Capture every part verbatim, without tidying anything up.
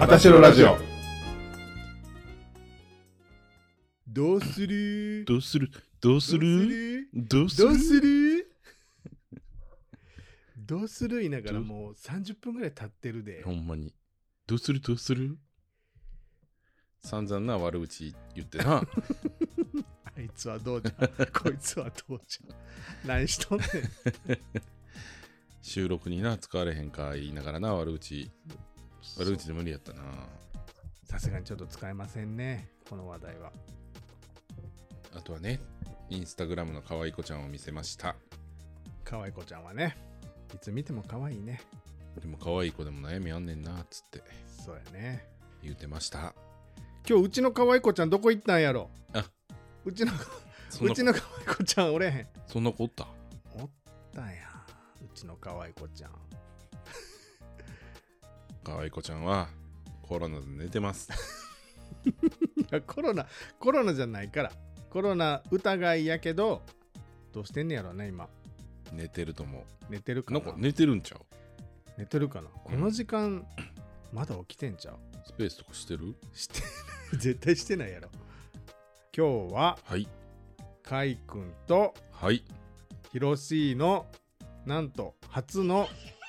あたしろラジオ。 どうするどうするどうするどうするどうするどうする言いながらもうさんじゅっぷんぐらい経ってるで。 ほんまにどうするどうする散々な悪口言ってなあいつはどうじゃこいつはどうじゃ何しとんねん収録にな使われへんか言いながらな悪口悪口で無理やったな。 さすがにちょっと使えませんねこの話題は。 あとはねインスタグラムの可愛い子ちゃんを見せました。 可愛い子ちゃんはねいつ見ても可愛いね。 でも可愛い子でも悩みあんねんなっつってそうやね。 言うてました。 今日うちの可愛い子ちゃんどこ行ったんやろ。 あうちのうちの可愛い子ちゃんおれへん。 そんな子おったおったやんうちの可愛い子ちゃん。 可愛い子ちゃんはコロナで寝てますいやコロナコロナじゃないからコロナ疑いやけどどうしてんねやろね今。 寝てると思う。 寝てるかなんなか寝てるんちゃう。 寝てるかな、この時間まだ起きてんちゃう。 スペースとかしてるして絶対してないやろ。今日ははいかいくんとはいひろしのなんと初の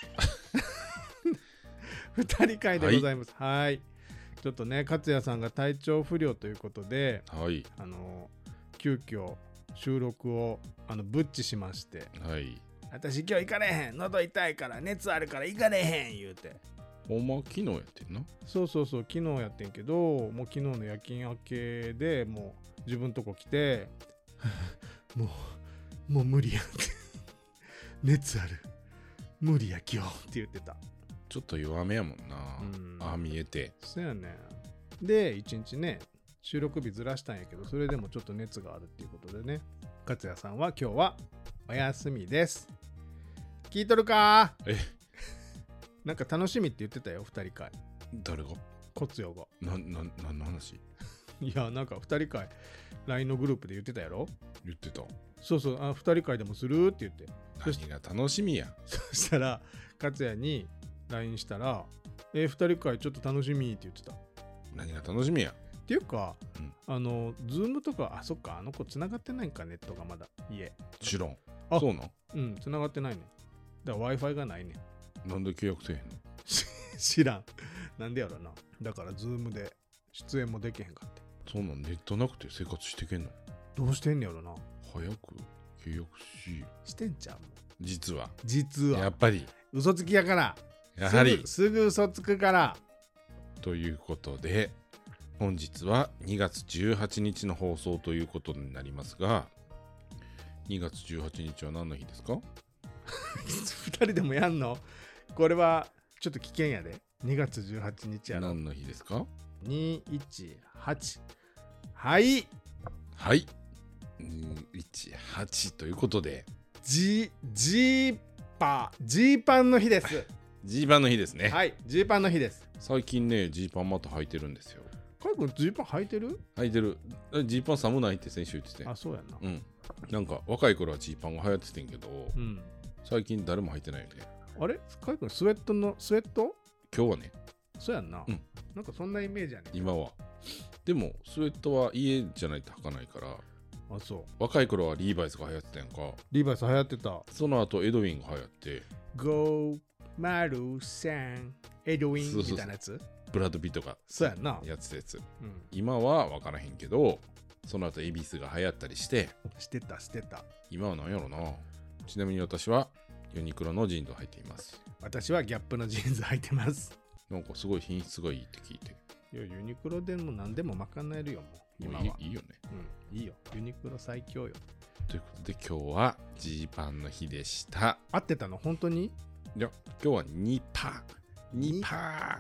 ふたり会でございます。はい、ちょっとね勝也さんが体調不良ということではいあの急遽収録をあのブッチしまして、 はい私今日行かれへん喉痛いから熱あるから行かれへん言うて。 ほんま昨日やってんな。 そうそうそう昨日やってんけどもう昨日の夜勤明けでもう自分とこ来てもうもう無理やって熱ある無理や今日って言ってた。 ちょっと弱めやもんな。 うんああ見えて。 そうやね。で一日ね収録日ずらしたんやけどそれでもちょっと熱があるっていうことでね勝也さんは今日はお休みです。聞いとるかえなんか楽しみって言ってたよふたり会。 誰がコツヨが。 な、な、なんの話いやなんかふたり会 ライン のグループで言ってたやろ。 言ってた。 そうそうあふたり会でもするって言って。 何が楽しみや。 そしたら勝也に ライン したらえー、ふたり会ちょっと楽しみって言ってた。っ何が楽しみや。 ていうか、 うん、 あのズームとかあそっかあの子繋がってないんかネットがまだ家。 知らん。 あそうなん。 うん繋がってないね。だから Wi-Fi がないね。 なんで契約せえへんの知らん。なんでやろな。だからズームで出演もできへんかって。 そんなんネットなくて生活してけんの。 どうしてんねやろな。 早く契約し。 してんちゃうもん。 実は。 実は。 やっぱり。 嘘つきやから。 やはり。 すぐ、すぐ嘘つくから。 ということで、本日はにがつじゅうはちにちの放送ということになりますが、にがつじゅうはちにちは何の日ですか？ ふたりでもやんの？これはちょっと危険やで。にがつじゅうはちにちやろ。 何の日ですか？ にいちはち。はいはいにいちはちということでジジーパジーパンの日です。 ジーパンの日ですね。 はいジーパンの日です。 最近ねジーパンまた履いてるんですよ。 かいくんジーパン履いてる？ 履いてる。ジーパン寒ないって先週言ってて。 あそうやな。 うんなんか若い頃はジーパンが流行っててんけど、 うん、 最近誰も履いてないよね。 あれかいくんスウェットのスウェット？ 今日はね。 そうやんな、うん、なんかそんなイメージやね。 今はでもスウェットは家じゃないと履かないから。 あそう若い頃はリーバイスが流行ってたやんか。 リーバイス流行ってた。 その後エドウィンが流行ってゴーマルさんエドウィンみたいなやつ。 ブラッド・ピットがそうやんなやってたやつ、 うん、 今は分からへんけどその後エビスが流行ったりしてしてたしてた。 今は何やろな。ちなみに私はユニクロのジーンズを履いています。 私はギャップのジーンズ履いてます。 なんかすごい品質がいいって聞いて。 いやユニクロでも何でも賄えるよもう今は。 いい、いいよね。 うんいいよユニクロ最強よ。 ということで今日はジーパンの日でした。 合ってたの本当に？ いや今日はにパーにパ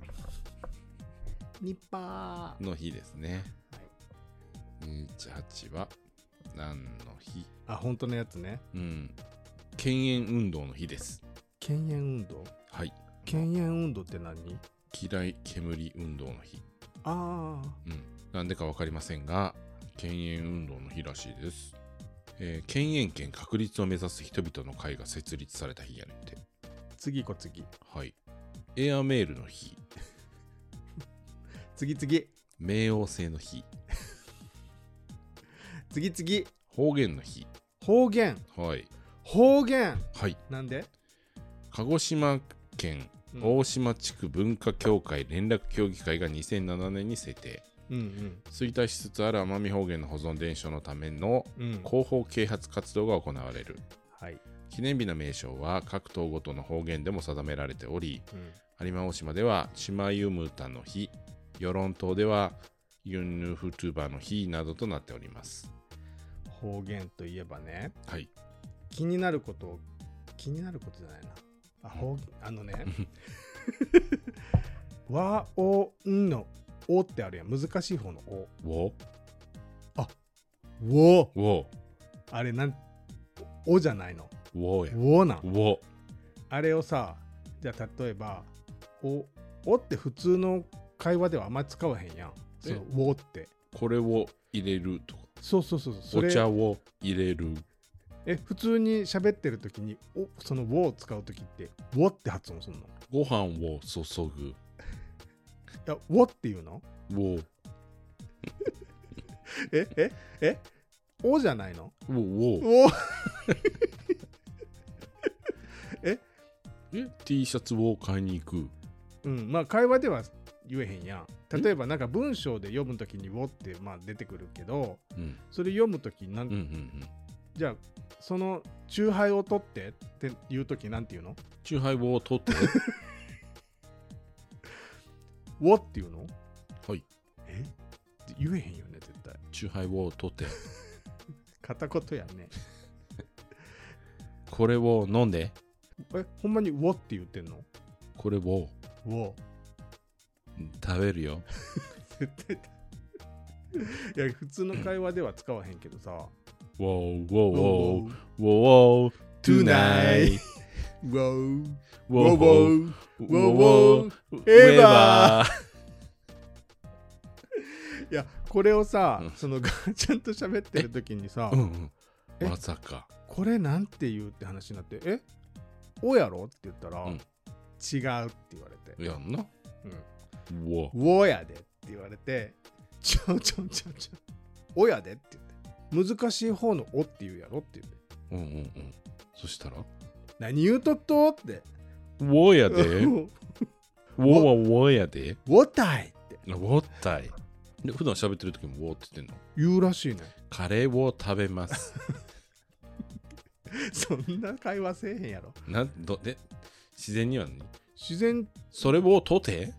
ーにパーの日ですね。 はい、 にいちはちは何の日？ あ本当のやつね。 うん禁煙運動の日です。 禁煙運動？ はい。 禁煙運動って何？ 嫌い煙運動の日。 ああ。 うん。なんでかわかりませんが、禁煙運動の日らしいです。えー、禁煙権確立を目指す人々の会が設立された日やねんて。 次こ次。 はい。エアメールの日。 次次冥王星の日。 次次方言の日。 方言はい方言はい。 なんで鹿児島県大島地区文化協会連絡協議会がにせんななねんに制定。 うんうん衰退しつつある奄美方言の保存伝承のためのうん広報啓発活動が行われる。 はい記念日の名称は各島ごとの方言でも定められており、 うん有馬大島では島ユムタの日、与論島ではユンヌフトゥバの日などとなっております。 方言といえばねはい気になること気になることじゃないなあ方言あのね和おんのおってあるやん難しい方のおウォおウォあれなんおじゃないのウォやおなんウォあれをさじゃあ例えばおおって普通の会話ではあんまり使わへんやんそのおってこれを入れるとかそうそうそうそおれ茶を入れる。 え普通に喋ってる時におその「を」を使う時って「を」って発音するのいご飯を注ぐ。 や「を」っていうのをえええおじゃないのををおえ T シャツを買いに行く。 うんまあ会話では言えへんやん例えばなんか文章で読むときに「を」ってまあ出てくるけどうんそれ読むときなん、 うんうんうん。 じゃあそのチューハイを取ってっていうときなんて言うのチューハイを取ってをっていうのはいえ言えへんよね絶対チューハイを取って片言やんねこれを飲んでえほんまにをって言ってんのこれをを食べるよ。 絶対いや普通の会話では使わへんけどさウォーウォーウォーウォーウォートゥナイウォーウォーウォーウォーウォーエヴァいやこれをさ、 うんそのガーちゃんと喋ってる時にさ、 うんうんえまさかこれなんて言うって話になってえおやろって言ったら、 うん違うって言われてやんな。 うんウォーうおやでって言われてちょちょちょちょおやでって言って難しい方のおって言うやろって言ってうんうんうんそしたら何言うとっとってウォーやでウォーはウォーやでウォタイってウォーたいで普段喋ってる時もウォーって言ってんの。 言うらしいねカレーを食べますそんな会話せえへんやろなんどで自然にはね自然それを取って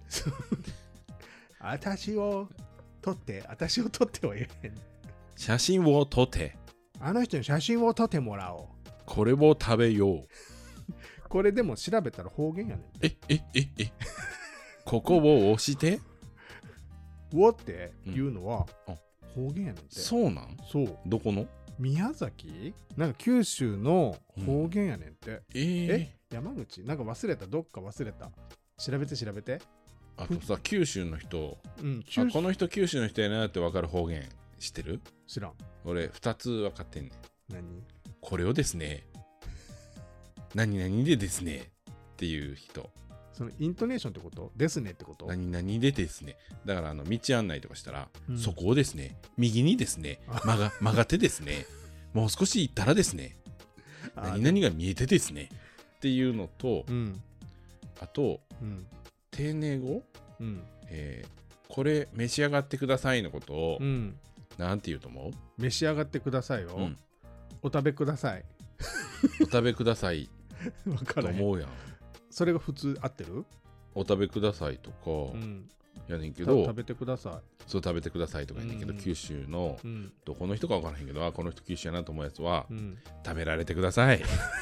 私を撮って私を撮っては言えへん写真を撮ってあの人に写真を撮ってもらおうこれを食べよう。 これでも調べたら方言やねんええええここを押してうおっていうのはうん方言やねんてそうなんそうどこの宮崎なんか九州の方言やねんて、 えー、 え山口なんか忘れたどっか忘れた調べて調べてあとさ九州の人うんあ九州この人九州の人やなって分かる方言知ってる？ 知らん俺ふたつ分かってんねん。 何これをですね何々でですねっていう人そのイントネーションってことですねってこと何々でですねだからあの道案内とかしたら、 うんそこをですね右にですね曲が曲がってですねもう少し行ったらですねあ何々が見えてですねっていうのと、 うんあとうん丁寧語、 うんえーこれ召し上がってくださいのことを、 うんなんて言うと思う？ 召し上がってくださいよ、 うんお食べくださいお食べくださいわかとらへん思うやん。 それが普通合ってるお食べくださいとか、 うんやねんけど食べてくださそう食べてくださいとかやねんけど、 うん九州のいうんどこの人か分からへんけどあこの人九州やなと思うやつは、 うん食べられてください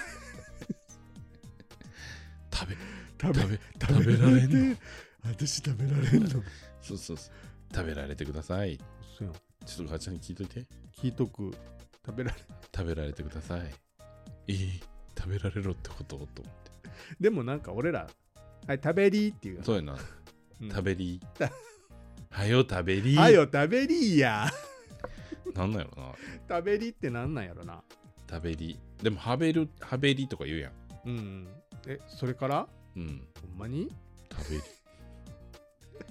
食べ食食べ食べられんの私食べられんのそうそうそう食べられてください。 そうやんちょっと母ちゃんに聞いといて。 聞いとく食べられ食べられてください。えー、食べられろってことと思って。 でもなんか俺らはい食べりーっていうそうやな、 うん食べりはよ食べりはよ食べりーやなんなんやろな食べりってなんなんやろな食べりでもはべるはべりとか言うやん。 うんえそれからうんほんまに食べり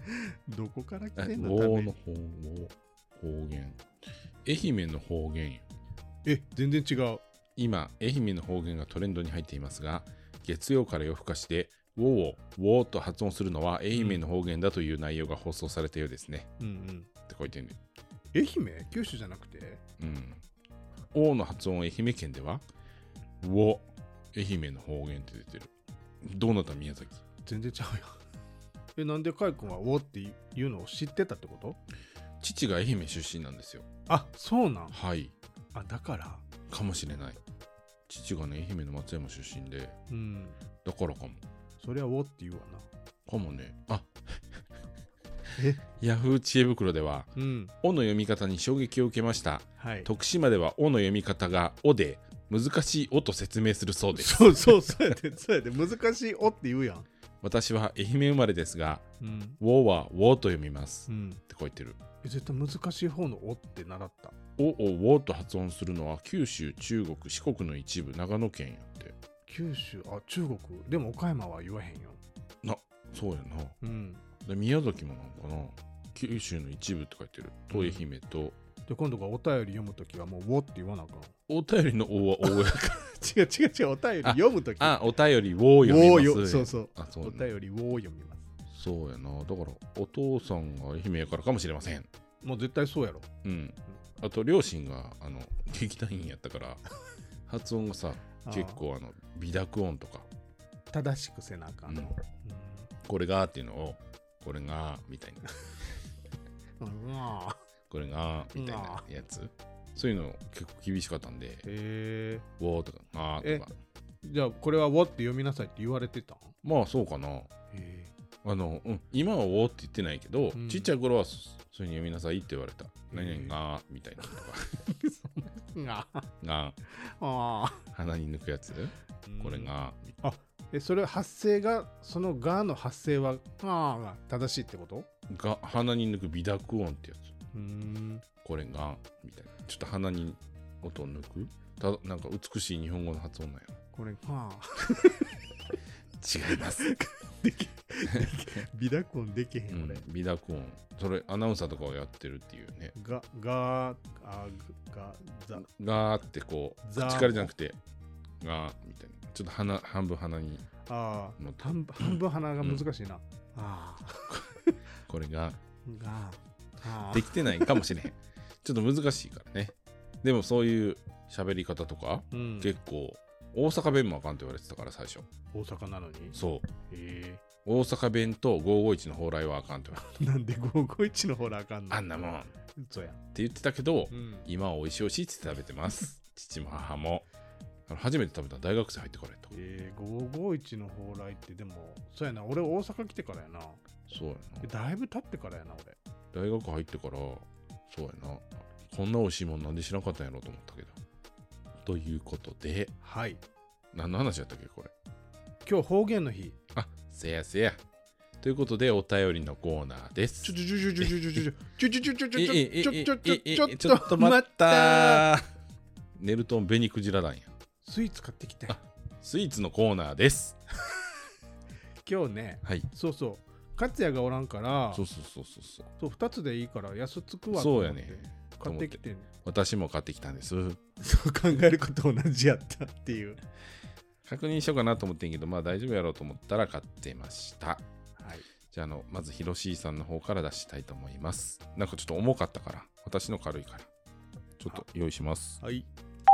どこから来えてんのウォーためにの方方言。愛媛の方言よ。 え、全然違う。 今、愛媛の方言がトレンドに入っていますが、月曜から夜更かしで、ウォーをウォーと発音するのは愛媛の方言だという内容が放送されたようですね。 うんうん。 って書いてるね。 愛媛九州じゃなくてうん。オーの発音愛媛県では、ウォ、愛媛の方言って出てる。どうなった宮崎？ 全然ちゃうよ。え、なんでカイ君はおっていうのを知ってたってこと？ 父が愛媛出身なんですよ。 あ、そうなん。 はい。 あ、だからかもしれない。父がね、愛媛の松山出身で、 うん。 だからかも。 それはおって言うわな。 かもね。あえヤフー知恵袋では、 うん。 おの読み方に衝撃を受けました。 はい。 徳島ではおの読み方がおで、難しいおと説明するそうです。 そうそう、そうやで、そうやで、難しいおって言うやん。 私は愛媛生まれですが、 うん。 ウォーはウォーと読みます。 うん。 って書いてる。 え、絶対難しい方のおって習った。 おをウォーと発音するのは九州、中国、四国の一部、長野県やって。 九州、あ、中国。でも岡山は言わへんよ。 な、そうやな。 うん。 で宮崎もなんかな。九州の一部って書いてる。と愛媛と。 で、今度がお便り読むときはもうおって言わなあかん。 お便りのおはおやか違う違う違う、お便り読むとき。 あ、お便りを読みます。 よそうそう。 あ、そう、 ね、お便りを読みます。 そうやな。だから、お父さんが愛媛やからかもしれません。 もう絶対そうやろ。 うん。あと、両親が、あの、劇団員やったから、発音がさ、結構、あの、微濁音とか。 正しくせなあかんの。うん、 これがっていうのを、これが、みたいな。これが、みたいなやつ。そういうの結構厳しかったんで、 へー。ウォーとか、あーとか。 じゃあ、これはウォって読みなさいって言われてたん？ まあ、そうかな。へー。あの、うん、今はウォーって言ってないけど、うん、ちっちゃい頃はそういうに読みなさいって言われた。何々が、みたいなとか。 が。 が。あ鼻に抜くやつ、これが。 あ、え、それ発声が、そのがの発声は、あが正しいってこと？ が、鼻に抜く微濁音ってやつ。 うーん、 これが、みたいな。ちょっと鼻に音を抜く。たなんか美しい日本語の発音なんや。 これが。 違います。 でき微濁音できへん、俺、 うん、微濁音。それ、アナウンサーとかをやってるっていうね。 が、が、あ、が、ざ。 がーってこう、口からじゃなくて、がーみたいな。ちょっと鼻、半分鼻に。 ああ、半, 半分鼻が難しいな。うん、ああ。 これが、 が、 あできてないかもしれへん。ちょっと難しいからね。でもそういう喋り方とか、うん、結構、大阪弁もあかんって言われてたから最初。 大阪なのに？ そう。 へえ。 大阪弁とごーごーいちの蓬莱はあかんって言われてた。 なんでごーごーいちの蓬莱あかんの？ あんなもん。 そうや。 って言ってたけど、うん、今は美味しい美味しいって食べてます。父も母も。初めて食べた大学生入ってからやと。 えー、ごーごーいちの蓬莱ってでも、そうやな。俺大阪来てからやな。 そうやな。だいぶ経ってからやな、 俺。大学入ってから、そうやな。こんな美味しいもんなんで知らなかったんやろうと思ったけど。ということで、 はい。 何の話やったっけこれ。 今日方言の日。 あ、せやせや。ということでお便りのコーナーです。 ちょちょちょちょちょちょちょちょちょちょちょちょちょちょちょちょちょちょっと待ったー。ネルトン紅クジラ団や。 スイーツ買ってきて。 スイーツのコーナーです。 今日ね、 はい、 そうそう、勝也がおらんから、 そうそうそうそうそう。 そうふたつでいいから安つくわと思って。そうやね。 買ってきて、ね、 私も買ってきたんです。そう考えること同じやったっていう。 確認しようかなと思ってんけど、まあ大丈夫やろうと思ったら買ってました。 はい。 じゃあ、あの、まずヒロシーさんの方から出したいと思います。なんかちょっと重かったから、私の軽いから、ちょっと用意します。 はい。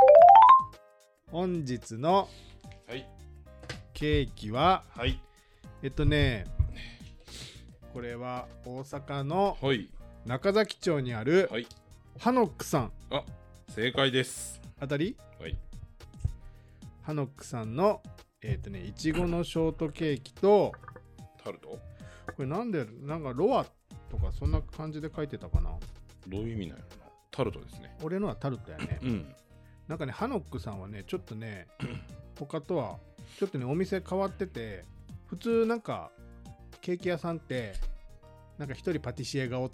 本日のケーキは、 はい、 えっとね、これは大阪の中崎町にあるハノックさん。 あ、正解です。 当たり？ はい。 ハノックさんのえっとね、いちごのショートケーキとタルト？これなんでなんかロアとかそんな感じで書いてたかな。 どういう意味なんやろな。タルトですね。 俺のはタルトやね。 うん。 なんかね、ハノックさんはね、ちょっとね、他とはちょっとねお店変わってて、普通なんかケーキ屋さんってなんか一人パティシエがおって、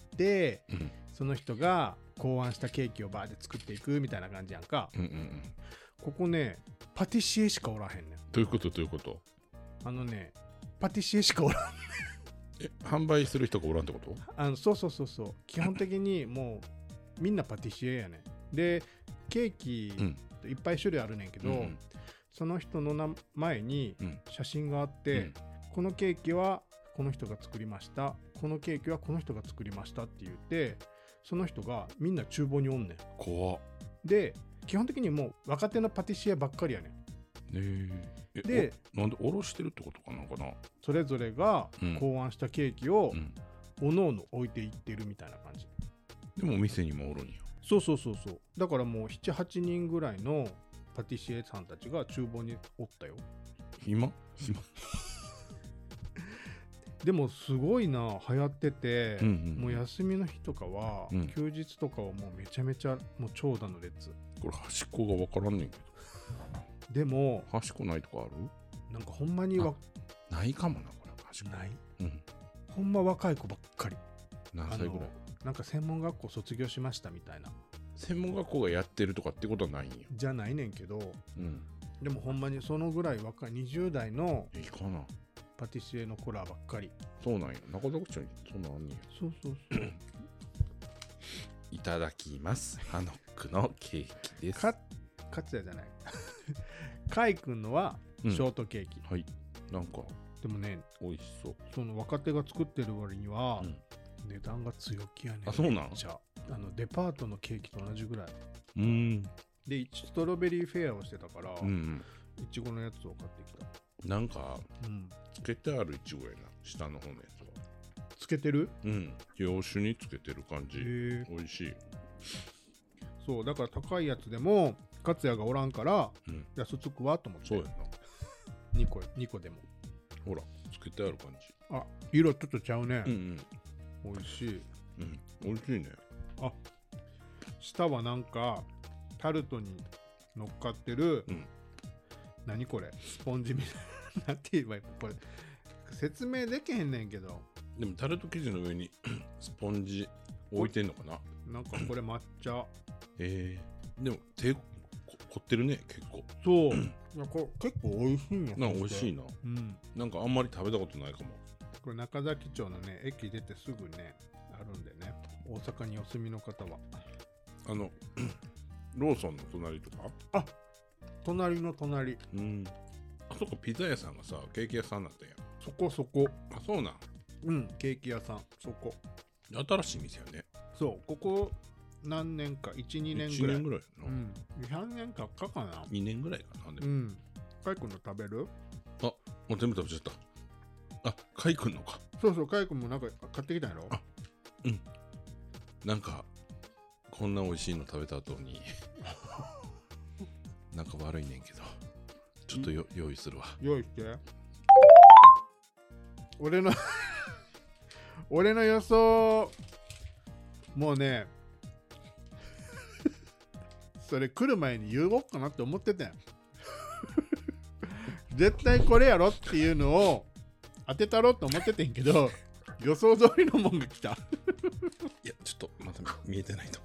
うん、その人が考案したケーキをバーで作っていくみたいな感じやんか。 うんうんうん、 ここねパティシエしかおらへんねん。 どういうことどういうこと？ あのねパティシエしかおらんねん。 え販売する人がおらんってこと？ あのそうそうそうそう、基本的にもうみんなパティシエやねん。でケーキいっぱい種類あるねんけど、うん、その人の名前に写真があって、うん、このケーキはこの人が作りました、このケーキはこの人が作りましたって言って、その人がみんな厨房におんねん。 怖っ。 で基本的にもう若手のパティシエばっかりやねん。 えー、 でなんでおろしてるってことかなかな。 それぞれが考案したケーキを、 うん、 おのおの置いていってるみたいな感じ。 でもお店にもおるんや。 そうそうそうそう。だからもうななはちにんぐらいのパティシエさんたちが厨房におったよ。 暇暇でもすごいな、流行ってて、 うんうんうん、 もう休みの日とかは、うん、休日とかはもうめちゃめちゃもう長蛇の列。 これ端っこが分からんねんけど。 でも端っこないとかある？ なんかほんまにわないかもな、これ端っこない、 うん、 ほんま若い子ばっかり。 何歳ぐらい？ なんか専門学校卒業しましたみたいな。 専門学校がやってるとかってことはないんよ。 じゃないねんけど、 うん、 でもほんまにそのぐらい若いにじゅう代のいいかなパティシエの子らばっかり。 そうなんや。中崎町にそんなんあんねんや。 そうそうそういただきます。ハノックのケーキです。 か勝也じゃないカイ君のはショートケーキ、 うん、はい。なんかでもね、 美味しそう。 その若手が作ってる割には、うん、値段が強気やねん。 あ、そうなん？ じゃあ、あのデパートのケーキと同じぐらい。 うーん。 で、ストロベリーフェアをしてたから、 うんうん、 いちごのやつを買ってきた。 なんか、 うん、 つけてあるいちごやな、下の方のやつは。 つけてる？ うん。洋酒につけてる感じ。美味しい。 そう、だから高いやつでも、勝也がおらんから、うん、安つくわと思って。 そうやな。 にこ、にこでも。 ほら、つけてある感じ。 あ、色ちょっとちゃうね。 うんうん。美味しい。 うん、美味しいね。 あ、下はなんか、タルトに乗っかってる、うん、何これスポンジみたいな。なんて言えばいいのこれ。説明できへんねんけど。 でもタルト生地の上にスポンジ置いてんのかな。 なんかこれ抹茶。 えー、でも手こ凝ってるね、結構。 そう。いやこれ結構美味しいんや。 なんか美味しいな。 うん。 なんかあんまり食べたことないかも。 これ中崎町のね、駅出てすぐね、あるんでね。大阪にお住みの方は。 あの、ローソンの隣とか？ あ、隣の隣。 うん。あそこピザ屋さんがさ、ケーキ屋さんだったやん。 そこそこ。 あ、そうなん？ うん、ケーキ屋さん。そこ。 新しい店やね。 そう、ここ何年か、いち、にねんぐらい。いちねんぐらいやな。 うん。に、さんねんかかかな。 にねんぐらいかな。でもうん。カイ君の食べる？ あ、もう全部食べちゃった。あ、カイ君のか。 そうそう、カイ君もなんか買ってきたんやろ？ あ、うん。なんか、こんな美味しいの食べた後に、なんか悪いねんけど、ちょっとよ用意するわ。 用意して。俺の俺の予想、もうね、それ来る前に言おうかなって思ってたん絶対これやろっていうのを当てたろって思っててんけど、予想通りのもんが来たいや、ちょっとまだ見えてないと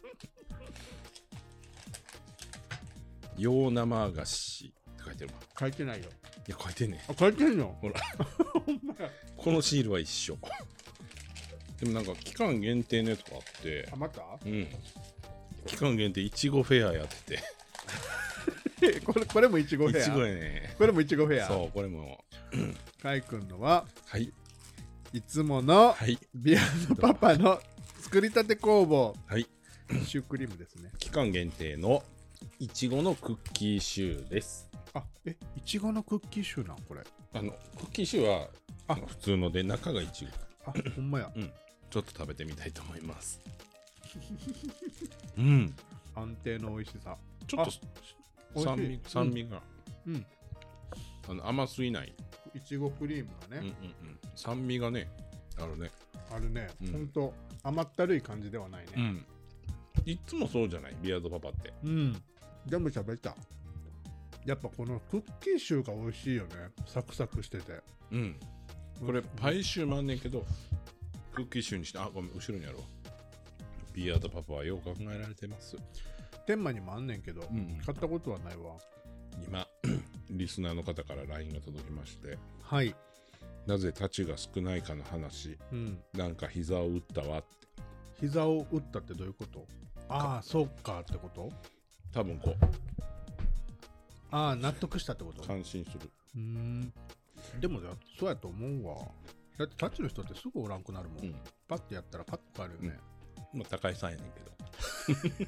洋生菓子って書いてるわ。 書いてないよ。 いや、書いてんねん。 あ、書いてんの？ ほらこのシールは一緒でもなんか期間限定のやつがあって。 あ、また？ うん、期間限定いちごフェアやっててこれこれもいちごフェア。 いちごやね。 これもいちごフェア。 そう、これもカイ君のは、 はい、 いつもの、 はい、 ビアンドパパの作りたて工房、 はい、 シュークリームですね。 期間限定のいちごのクッキーシューです。 あ、え、いちごのクッキーシューなんこれ？ あのクッキーシューはあ普通ので中がいちご。 あ、ほんまや。 うん、ちょっと食べてみたいと思いますうん、 安定の美味しさ。 ちょっと酸味、酸味が、 うん、 あの甘すぎないいちごクリームがね、 うんうんうん、酸味がねあるね。 あるね、うん、ほんと甘ったるい感じではないね、 うん、いつもそうじゃないビアードパパって。 うん、全部喋った。やっぱこのクッキーシューが美味しいよね。サクサクしてて。 うん。これパイシューもあんねんけど、クッキーシューにして、あ、ごめん、後ろにあるわ。ビアードパパはよう考えられてます。 天満にもあんねんけど、うん、買ったことはないわ。 今、リスナーの方から ライン が届きまして、 はい。 なぜ太刀が少ないかの話、 うん、 なんか膝を打ったわって。 膝を打ったってどういうこと？ああ、そうかってこと？ 多分こうああ、納得したってこと？ 感心する。 うーん。でもそうやと思うわ。だってタッチの人ってすぐおらんくなるもん、うん、パッてやったらパッと変わるよね、 うん、まあ高井さんやねんけど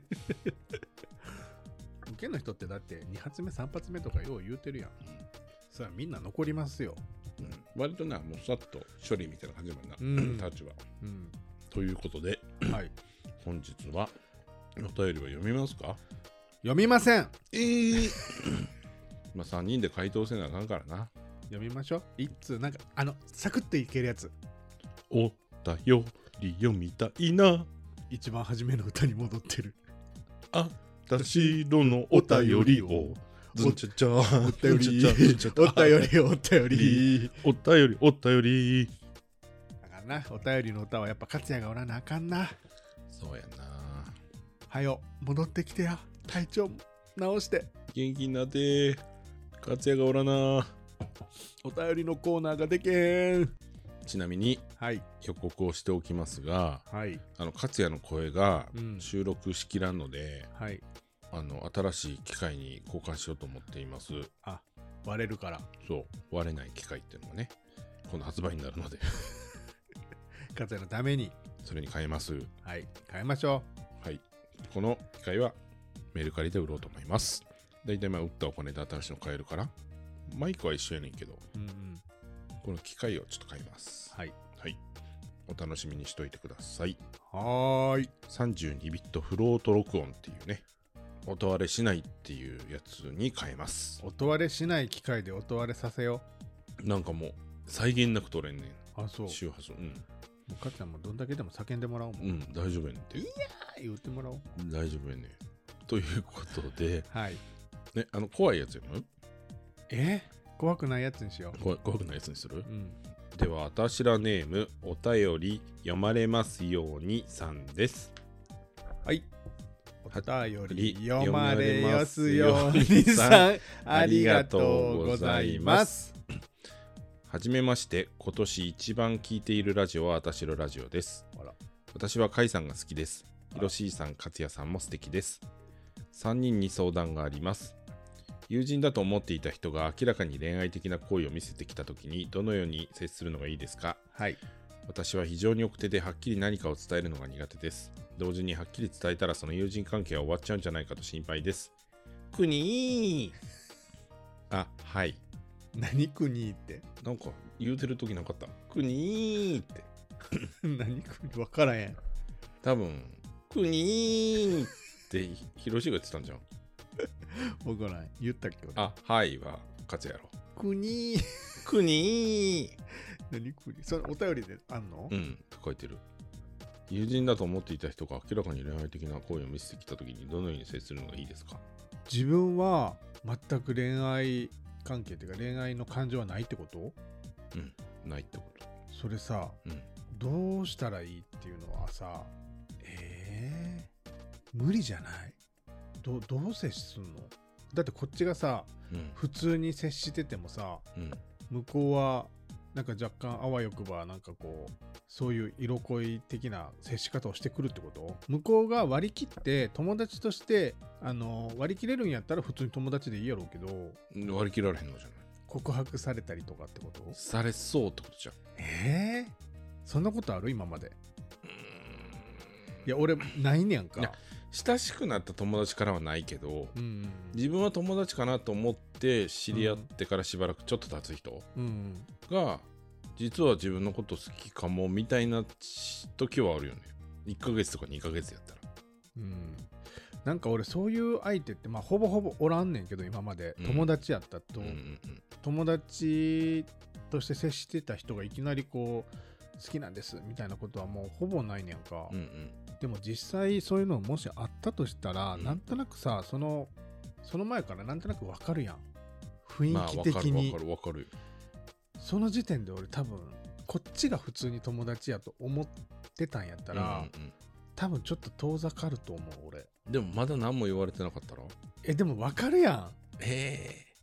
受けの人ってだってに発目さん発目とかよう言うてるやん、うん、それはみんな残りますよ、 うん、割となもうさっと処理みたいな感じもんな、うん、タッチは、うん、ということで、はい、本日はお便りは読みますか？ 読みません。 えーまあさんにんで回答せなあかんからな。 読みましょう。一通なんかあのサクッといけるやつ。 お便り読みたいな。 一番初めの歌に戻ってる。 あたしろのお便りをずんちゃちゃお便りお便りお便りお便りお便りあかんな。お便りの歌はやっぱ勝也がおらなあかんな。 そうやな。 はよ戻ってきてや。体調直して元気になって勝也がおらな。 お便りのコーナーがでけへん。 ちなみに、はい、予告をしておきますが、はい、あの勝也の声が収録しきらんので、うん、はい、あの新しい機械に交換しようと思っています。 あ、割れるから。 そう、割れない機械っていうのがね今度発売になるので勝也のためにそれに変えます。 はい、変えましょう。はい、この機械はメルカリで売ろうと思います。だいたいまあ売ったお金で新しいの買えるからマイクは一緒やねんけど、うんうん、この機械をちょっと買います。はい、はい、お楽しみにしといてください。 はーい。 さんじゅうにビットフロート録音っていうね、音割れしないっていうやつに変えます。 音割れしない機械で音割れさせよう。なんかもう際限なく取れんねん。 あ、そう。 周波数。うん。 もうかっちゃんもどんだけでも叫んでもらおうもん。 うん、大丈夫やねんって。 いやー言ってもらおう。 大丈夫やねん。ということで、 はい。 ね、あの怖いやつ読む？ え怖くないやつにしよう。 怖, 怖くないやつにする、うん、ではあたしらネームお便り読まれますようにさんです。 はい、お便り読まれますようにさんありがとうございます。 はじめまして。今年一番聞いているラジオはあたしろラジオです。あら、私はカイさんが好きです。ひろしーさん、勝也さんも素敵です。さんにんに相談があります。友人だと思っていた人が明らかに恋愛的な行為を見せてきたときにどのように接するのがいいですか？はい。私は非常に奥手ではっきり何かを伝えるのが苦手です。同時にはっきり伝えたらその友人関係は終わっちゃうんじゃないかと心配です。くにーあ、はい。 何くにーって。 なんか言うてるときなかった。くにーって何くにーわからへん。 多分くにーってヒロシが言ってたんじゃん。 わからん。言ったっけ？ あ、はいは勝つやろ。 くにーくにー何くにーそのお便りであんの？ うん、書いてる。友人だと思っていた人が明らかに恋愛的な行為を見せてきたときにどのように接するのがいいですか？ 自分は全く恋愛関係というか恋愛の感情はないってこと？ うん、ないってこと。それさ、うん、どうしたらいいっていうのはさ、えー、無理じゃない？ど, どう接すんの？だってこっちがさ、うん、普通に接しててもさ、うん、向こうはなんか若干あわよくばなんかこうそういう色恋的な接し方をしてくるってこと？向こうが割り切って友達としてあの割り切れるんやったら普通に友達でいいやろうけど、 割り切られへんのじゃない？ 告白されたりとかってこと？ されそうってことじゃん。 えー、そんなことある？今まで。うーん、いや俺ないねやんか。 親しくなった友達からはないけど、うんうん、自分は友達かなと思って知り合ってからしばらくちょっと経つ人が実は自分のこと好きかもみたいな時はあるよね。いっかげつとかにかげつやったら、 うん、なんか俺そういう相手ってまあほぼほぼおらんねんけど今まで友達やったと、うんうんうん、友達として接してた人がいきなりこう好きなんですみたいなことはもうほぼないねんか、うんうん、でも実際そういうのもしあったとしたら、うん、なんとなくさそのその前からなんとなくわかるやん雰囲気的に、 まあ、わかるわかるわかるよ。 その時点で俺多分こっちが普通に友達やと思ってたんやったら、うんうんうん、多分ちょっと遠ざかると思う俺。 でもまだ何も言われてなかったらえでもわかるやん。 え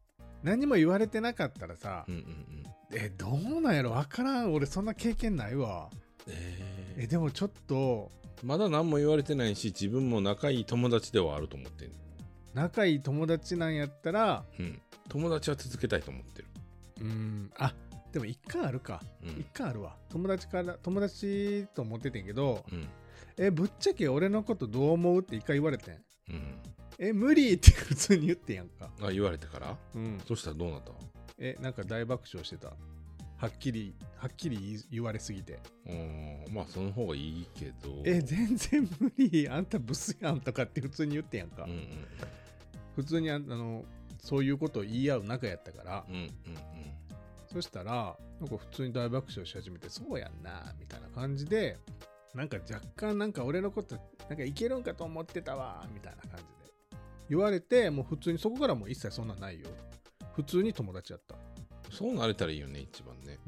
何も言われてなかったらさ、 うんうんうん、 えどうなんやろ分からん、俺そんな経験ないわ。 えー、 えでもちょっとまだ何も言われてないし、自分も仲いい友達ではあると思ってんね。 仲いい友達なんやったら、 うん、友達は続けたいと思ってる。 うーん、あでも一回あるか、 うん、 一回あるわ。友達から友達と思っててんけど、 うん、 えぶっちゃけ俺のことどう思うって一回言われてん。 うん、 え無理って普通に言ってんやんか。 あ、言われてから、 うん、 そしたらどうなった？ えなんか大爆笑してた。はっきりはっきり言い言われすぎて。 うん、まあその方がいいけど、 え全然無理、あんたブスやんとかって普通に言ってんやんか。 うんうん、 普通にあのそういうことを言い合う仲やったから、 うんうんうん、 そしたらなんか普通に大爆笑し始めて、そうやんなみたいな感じで、なんか若干なんか俺のことなんかいけるんかと思ってたわみたいな感じで言われて、もう普通にそこからもう一切そんなんないよ。普通に友達やった。 そうなれたらいいよね、一番ね。 うん。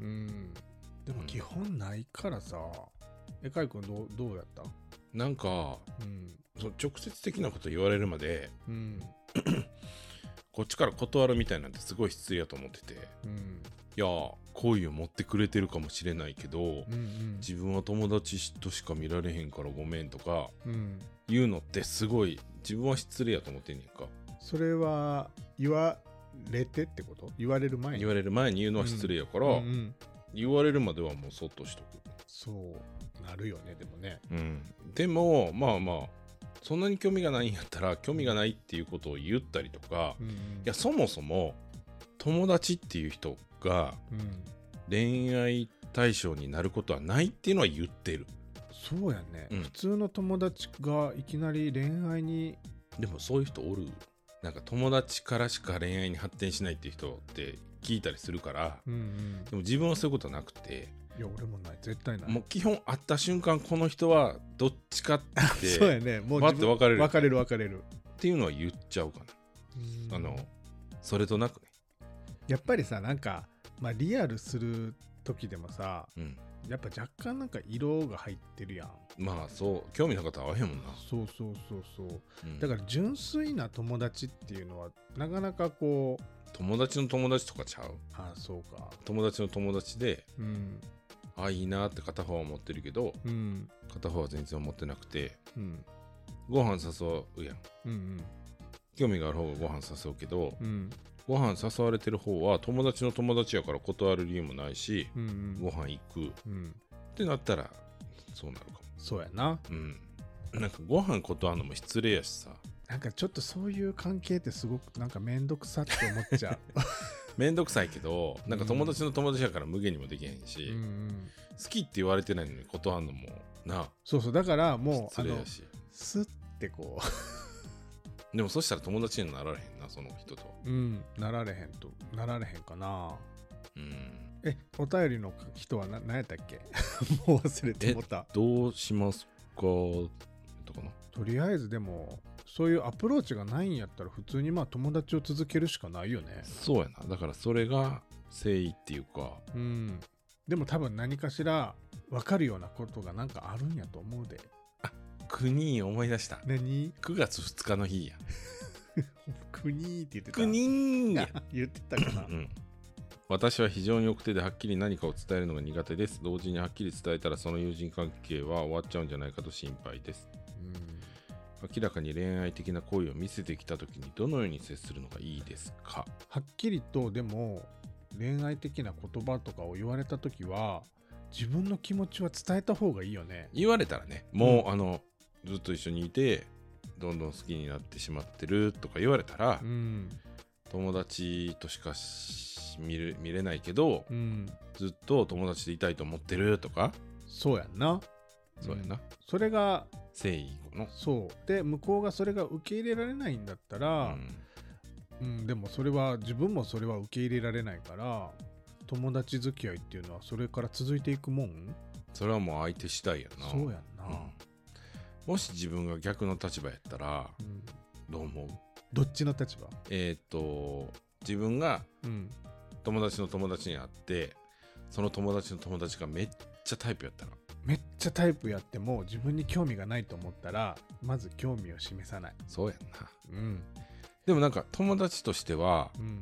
でも基本ないからさ。えかいくんどうどうやった？ なんか、 うん、 そ直接的なこと言われるまで、 うん、 こっちから断るみたいなんてすごい失礼やと思ってて、 うん、 いや好意を持ってくれてるかもしれないけど、うんうん、自分は友達としか見られへんからごめんとか、うん、言うのってすごい自分は失礼やと思ってんねんか。 それは言われてってこと？言われる前に言われる前に言うのは失礼やから、うんうんうん、言われるまではもうそっとしとく。 そうなるよね。でもね、 うん、でもまあまあそんなに興味がないんやったら興味がないっていうことを言ったりとか、うんうん、いやそもそも友達っていう人が恋愛対象になることはないっていうのは言ってる。 そうやね、うん、普通の友達がいきなり恋愛に。 でもそういう人おる。なんか友達からしか恋愛に発展しないっていう人って聞いたりするから、うんうん、でも自分はそういうことなくて。 いや俺もない、絶対ない。 もう基本会った瞬間この人はどっちかってそうやね、もうバッて分かれる分かれる分かれるっていうのは言っちゃうかな。あのそれとなくね、 やっぱりさ、なんかまあリアルする時でもさ、うん、やっぱ若干なんか色が入ってるやん。 まあそう興味なかったら合わへんもんな。 そうそうそうそう、うん、だから純粋な友達っていうのはなかなかこう。 友達の友達とかちゃう。 ああそうか。 友達の友達で、うん、あいいなって片方は思ってるけど、うん、片方は全然思ってなくて、うん、ご飯誘うやん、うんうん、興味がある方がご飯誘うけど、うん、ご飯誘われてる方は友達の友達やから断る理由もないし、うんうん、ご飯行く、うん、ってなったらそうなるかも。 そうやな、 うん、なんかご飯断るのも失礼やしさ。 なんかちょっとそういう関係ってすごくなんかめんどくさって思っちゃうめんどくさいけど、なんか友達の友達やから無限にもできへんし、うんうん、好きって言われてないのに断るのもな。 そうそう、だからもう失礼やし、 スッてこうでもそしたら友達になられへんな、その人と。 うんなられへんとなられへんかな。うん、えお便りの人は何やったっけもう忘れてもった。 どうしますかとかな。 とりあえずでもそういうアプローチがないんやったら普通にまあ友達を続けるしかないよね。 そうやな。だからそれが誠意っていうか、 うん、でも多分何かしら分かるようなことがなんかあるんやと思うで。 あ、国思い出した。 何？ くがつふつかの日や国って言ってた。 国や言ってたかな、うん、 私は非常に奥手ではっきり何かを伝えるのが苦手です。同時にはっきり伝えたらその友人関係は終わっちゃうんじゃないかと心配です。明らかに恋愛的な行為を見せてきたときにどのように接するのがいいですか？ はっきりとでも恋愛的な言葉とかを言われたときは自分の気持ちは伝えた方がいいよね。 言われたらね、もう、うん、あのずっと一緒にいてどんどん好きになってしまってるとか言われたら、うん、友達としか見れ、見れないけど、うん、ずっと友達でいたいと思ってるとか。 そうやんな。 そうやな、うん、 それが誠意の。 そうで向こうがそれが受け入れられないんだったら、うん、うん、でもそれは自分もそれは受け入れられないから友達付き合いっていうのはそれから続いていくもん。 それはもう相手次第やな。 そうやんな、うん、 もし自分が逆の立場やったら、うん、どう思う？ どっちの立場？ えっと自分が友達の友達に会ってその友達の友達がめっちゃタイプやったら。 めっちゃタイプやっても自分に興味がないと思ったらまず興味を示さない。 そうやんな。うん。でもなんか友達としては、うん、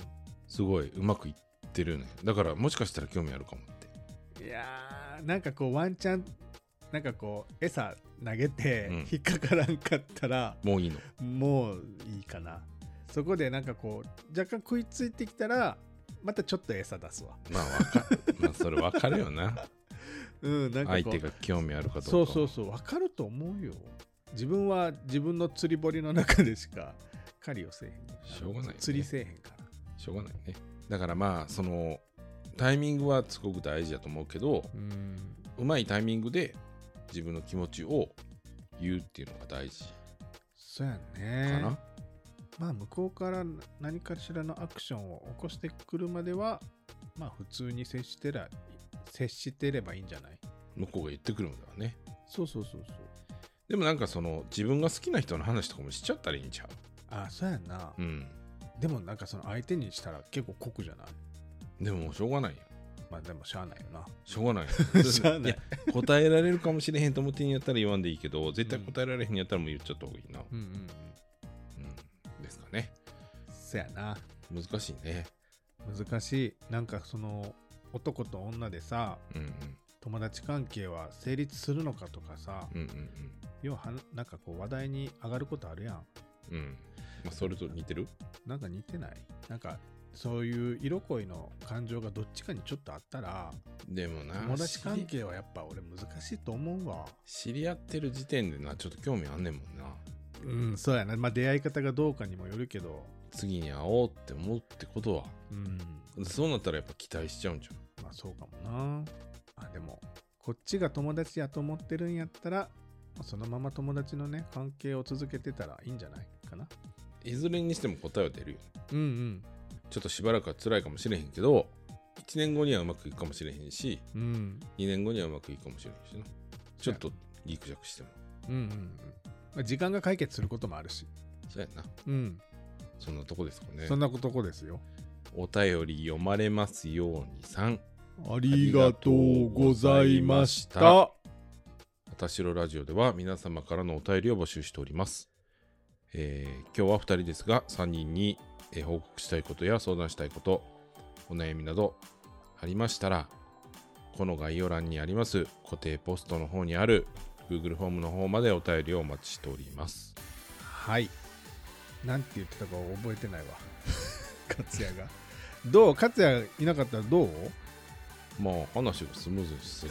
すごいうまくいってるね。だからもしかしたら興味あるかもって。 いやーなんかこうワンチャンなんかこう餌投げてうん引っかからんかったら、 もういいの。 もういいかな。そこでなんかこう若干食いついてきたらまたちょっと餌出すわ。 まあわかまあそれわかるよな。 うんなんかこう相手が興味あるかどうか。 そうそうそうわかると思うよ。自分は自分の釣り堀の中でしか狩りをせえへん。 しょうがないよね。 釣りせえへんから。 しょうがないね。だからまあそのタイミングはすごく大事だと思うけど、 うんうまいタイミングで自分の気持ちを言うっていうのが大事そうやかね。 な。 まあ向こうから何かしらのアクションを起こしてくるまではまあ普通に接してら接してればいいんじゃない。 向こうが言ってくるのではね。 そうそうそうそう。 でもなんかその自分が好きな人の話とかもしちゃったらいいんちゃう。 あそうやんな、 うん。 でもなんかその相手にしたら結構酷じゃない。 でももうしょうがないやん。 まあでもしゃあないよな。 しょうがないしゃあない。 や答えられるかもしれへんと思ってんやったら言わんでいいけど、絶対答えられへんやったらもう言っちゃった方がいいな。 うんうんうん。 うん。ですかね。 そやな。 難しいね。 難しい。なんかその男と女でさ、 うんうん。 友達関係は成立するのかとかさ、 うんうん要はなんかこう話題に上がることあるやん。 うん。うん。まあ、それと似てる？ なんか似てない？なんかそういう色恋の感情がどっちかにちょっとあったら、 でもな、 友達関係はやっぱ俺難しいと思うわ。 知り合ってる時点でな、ちょっと興味あんねんもんな。 うん、そうやな。まあ出会い方がどうかにもよるけど、 次に会おうって思うってことは、 うん、 そうなったらやっぱ期待しちゃうんじゃん。 まあそうかもな。あでもこっちが友達やと思ってるんやったら、そのまま友達のね関係を続けてたらいいんじゃないかな。 いずれにしても答えは出るよ。 うんうん。 ちょっとしばらくは辛いかもしれへんけど、いちねんごにはうまくいくかもしれへんし、 うん、 にねんごにはうまくいくかもしれへんしな。ちょっとギクジャクしても。 うんうんうん。まあ、時間が解決することもあるし。 そうやな。 うん。 そんなとこですかね。 そんなとこですよ。 お便り読まれますようにさん。 ありがとうございました。あたしろラジオでは皆様からのお便りを募集しております。えー、今日はふたりですが、さんにんに、えー、報告したいことや相談したいこと、お悩みなどありましたら、この概要欄にあります固定ポストの方にある Google フォームの方までお便りをお待ちしております。 はい。なんて言ってたか覚えてないわ。勝也が。どう？勝也いなかったらどう？ まあ話がスムーズに進む。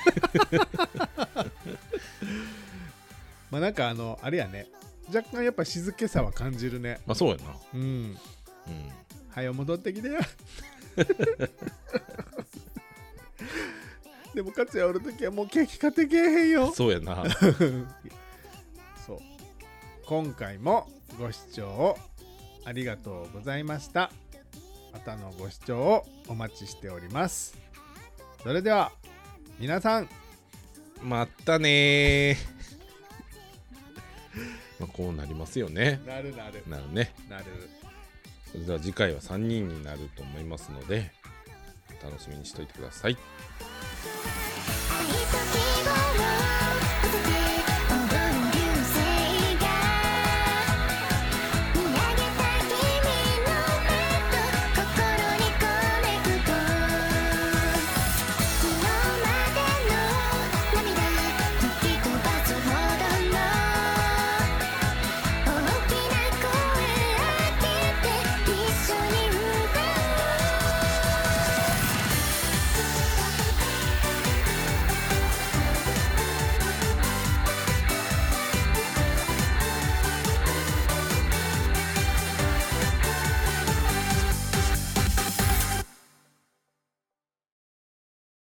まあなんかあのあれやね。若干やっぱ静けさは感じるね。 まあそうやな。 うん。うん。はよ戻ってきてや。でも勝也おるときはもうケーキ買ってけえへんよ。 そうやな。 そう。今回もご視聴ありがとうございました。またのご視聴をお待ちしております。それでは皆さんまたねー。まあこうなりますよね。 なるなるなるね。 なる。 それでは次回はさんにんになると思いますので楽しみにしておいてください。 愛と